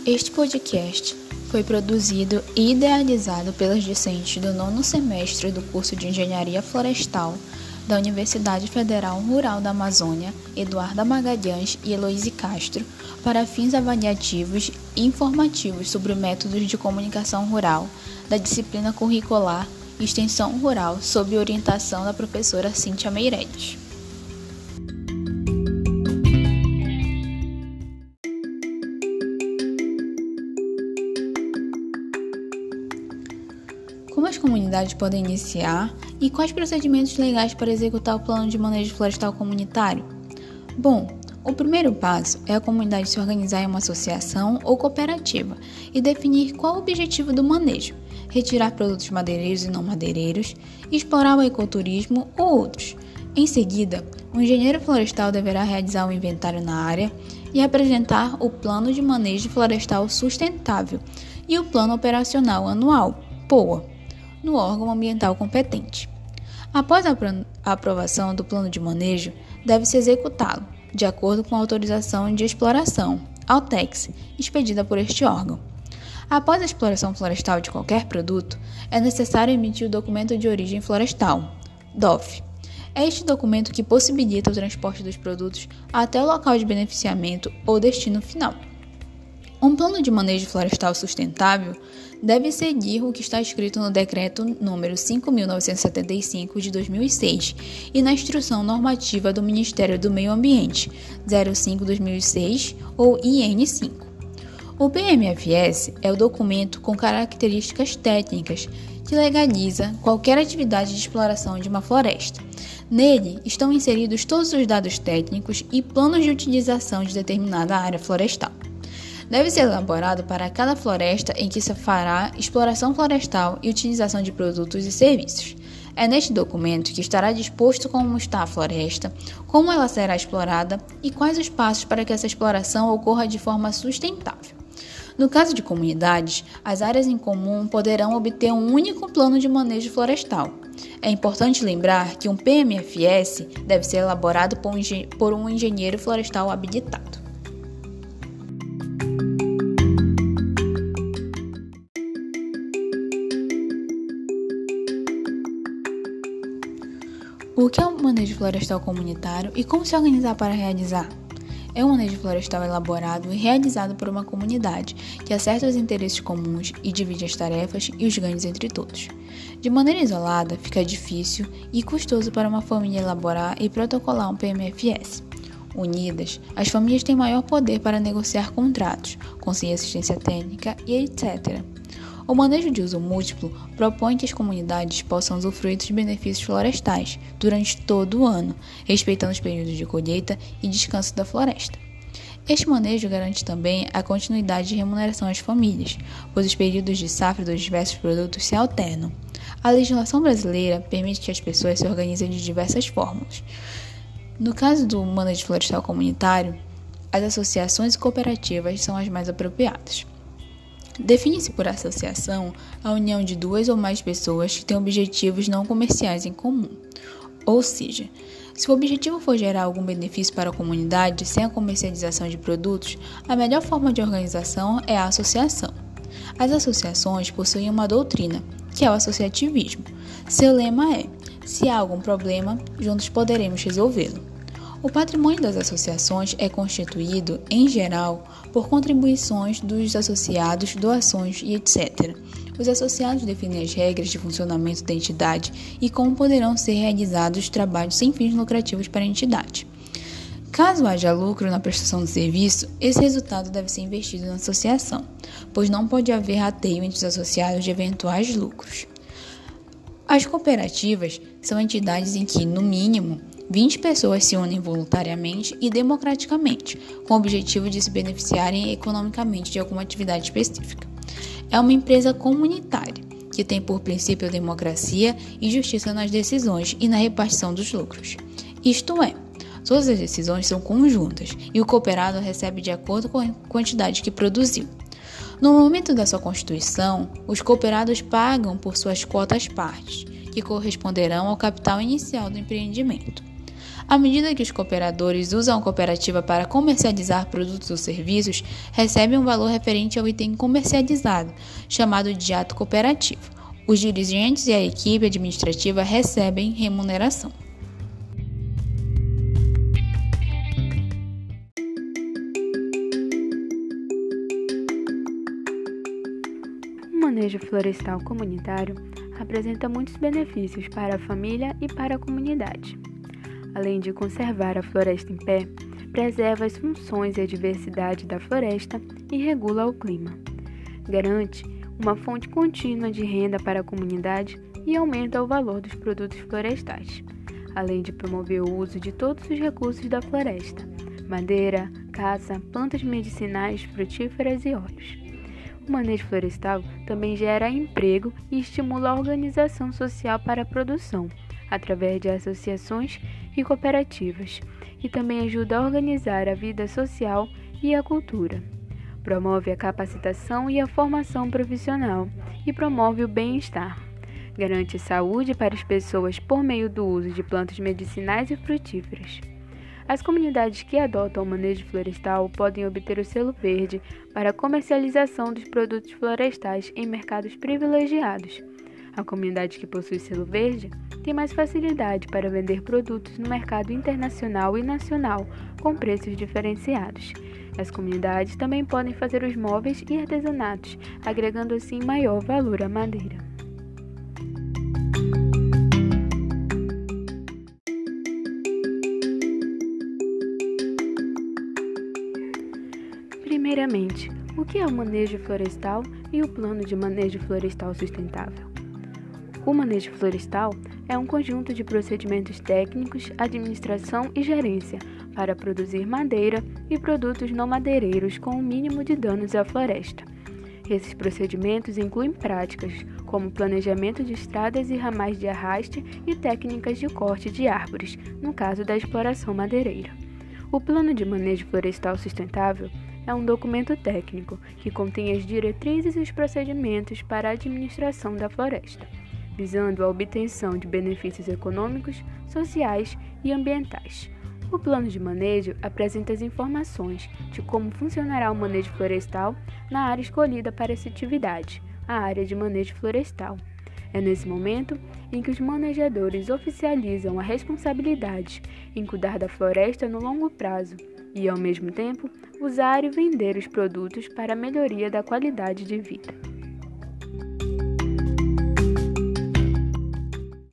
Este podcast foi produzido e idealizado pelas discentes do 9º semestre do curso de Engenharia Florestal da Universidade Federal Rural da Amazônia, Eduarda Magalhães e Heloíse Castro, para fins avaliativos e informativos sobre métodos de comunicação rural da disciplina curricular Extensão Rural, sob orientação da professora Cíntia Meireles. Como as comunidades podem iniciar e quais procedimentos legais para executar o plano de manejo florestal comunitário? Bom, o primeiro passo é a comunidade se organizar em uma associação ou cooperativa e definir qual o objetivo do manejo, retirar produtos madeireiros e não madeireiros, explorar o ecoturismo ou outros. Em seguida, o engenheiro florestal deverá realizar um inventário na área e apresentar o Plano de Manejo Florestal Sustentável e o Plano Operacional Anual, POA, no órgão ambiental competente. Após a aprovação do plano de manejo, deve-se executá-lo, de acordo com a autorização de exploração, AUTEX, expedida por este órgão. Após a exploração florestal de qualquer produto, é necessário emitir o documento de origem florestal, DOF. É este documento que possibilita o transporte dos produtos até o local de beneficiamento ou destino final. Um plano de manejo florestal sustentável deve seguir o que está escrito no Decreto número 5.975 de 2006 e na Instrução Normativa do Ministério do Meio Ambiente 05/2006 ou IN5. O PMFS é o documento com características técnicas que legaliza qualquer atividade de exploração de uma floresta. Nele estão inseridos todos os dados técnicos e planos de utilização de determinada área florestal. Deve ser elaborado para cada floresta em que se fará exploração florestal e utilização de produtos e serviços. É neste documento que estará disposto como está a floresta, como ela será explorada e quais os passos para que essa exploração ocorra de forma sustentável. No caso de comunidades, as áreas em comum poderão obter um único plano de manejo florestal. É importante lembrar que um PMFS deve ser elaborado por um engenheiro florestal habilitado. O que é o manejo florestal comunitário e como se organizar para realizar? É um manejo florestal elaborado e realizado por uma comunidade que acerta os interesses comuns e divide as tarefas e os ganhos entre todos. De maneira isolada, fica difícil e custoso para uma família elaborar e protocolar um PMFS. Unidas, as famílias têm maior poder para negociar contratos, conseguir assistência técnica e etc. O manejo de uso múltiplo propõe que as comunidades possam usufruir dos benefícios florestais durante todo o ano, respeitando os períodos de colheita e descanso da floresta. Este manejo garante também a continuidade de remuneração às famílias, pois os períodos de safra dos diversos produtos se alternam. A legislação brasileira permite que as pessoas se organizem de diversas formas. No caso do manejo florestal comunitário, as associações e cooperativas são as mais apropriadas. Define-se por associação a união de duas ou mais pessoas que têm objetivos não comerciais em comum. Ou seja, se o objetivo for gerar algum benefício para a comunidade sem a comercialização de produtos, a melhor forma de organização é a associação. As associações possuem uma doutrina, que é o associativismo. Seu lema é: se há algum problema, juntos poderemos resolvê-lo. O patrimônio das associações é constituído, em geral, por contribuições dos associados, doações e etc. Os associados definem as regras de funcionamento da entidade e como poderão ser realizados trabalhos sem fins lucrativos para a entidade. Caso haja lucro na prestação do serviço, esse resultado deve ser investido na associação, pois não pode haver rateio entre os associados de eventuais lucros. As cooperativas são entidades em que, no mínimo, 20 pessoas se unem voluntariamente e democraticamente, com o objetivo de se beneficiarem economicamente de alguma atividade específica. É uma empresa comunitária, que tem por princípio a democracia e justiça nas decisões e na repartição dos lucros. Isto é, todas as decisões são conjuntas e o cooperado recebe de acordo com a quantidade que produziu. No momento da sua constituição, os cooperados pagam por suas quotas partes, que corresponderão ao capital inicial do empreendimento. À medida que os cooperadores usam a cooperativa para comercializar produtos ou serviços, recebem um valor referente ao item comercializado, chamado de ato cooperativo. Os dirigentes e a equipe administrativa recebem remuneração. O manejo florestal comunitário apresenta muitos benefícios para a família e para a comunidade. Além de conservar a floresta em pé, preserva as funções e a diversidade da floresta e regula o clima. Garante uma fonte contínua de renda para a comunidade e aumenta o valor dos produtos florestais, além de promover o uso de todos os recursos da floresta: madeira, caça, plantas medicinais, frutíferas e óleos. O manejo florestal também gera emprego e estimula a organização social para a produção, através de associações e cooperativas, e também ajuda a organizar a vida social e a cultura. Promove a capacitação e a formação profissional e promove o bem-estar. Garante saúde para as pessoas por meio do uso de plantas medicinais e frutíferas. As comunidades que adotam o manejo florestal podem obter o selo verde para a comercialização dos produtos florestais em mercados privilegiados. A comunidade que possui selo verde tem mais facilidade para vender produtos no mercado internacional e nacional com preços diferenciados. As comunidades também podem fazer os móveis e artesanatos, agregando assim maior valor à madeira. Primeiramente, o que é o manejo florestal e o plano de manejo florestal sustentável? O manejo florestal é um conjunto de procedimentos técnicos, administração e gerência para produzir madeira e produtos não madeireiros com o mínimo de danos à floresta. Esses procedimentos incluem práticas como planejamento de estradas e ramais de arraste e técnicas de corte de árvores, no caso da exploração madeireira. O Plano de Manejo Florestal Sustentável é um documento técnico que contém as diretrizes e os procedimentos para a administração da floresta, visando a obtenção de benefícios econômicos, sociais e ambientais. O plano de manejo apresenta as informações de como funcionará o manejo florestal na área escolhida para essa atividade, a área de manejo florestal. É nesse momento em que os manejadores oficializam a responsabilidade em cuidar da floresta no longo prazo e, ao mesmo tempo, usar e vender os produtos para a melhoria da qualidade de vida.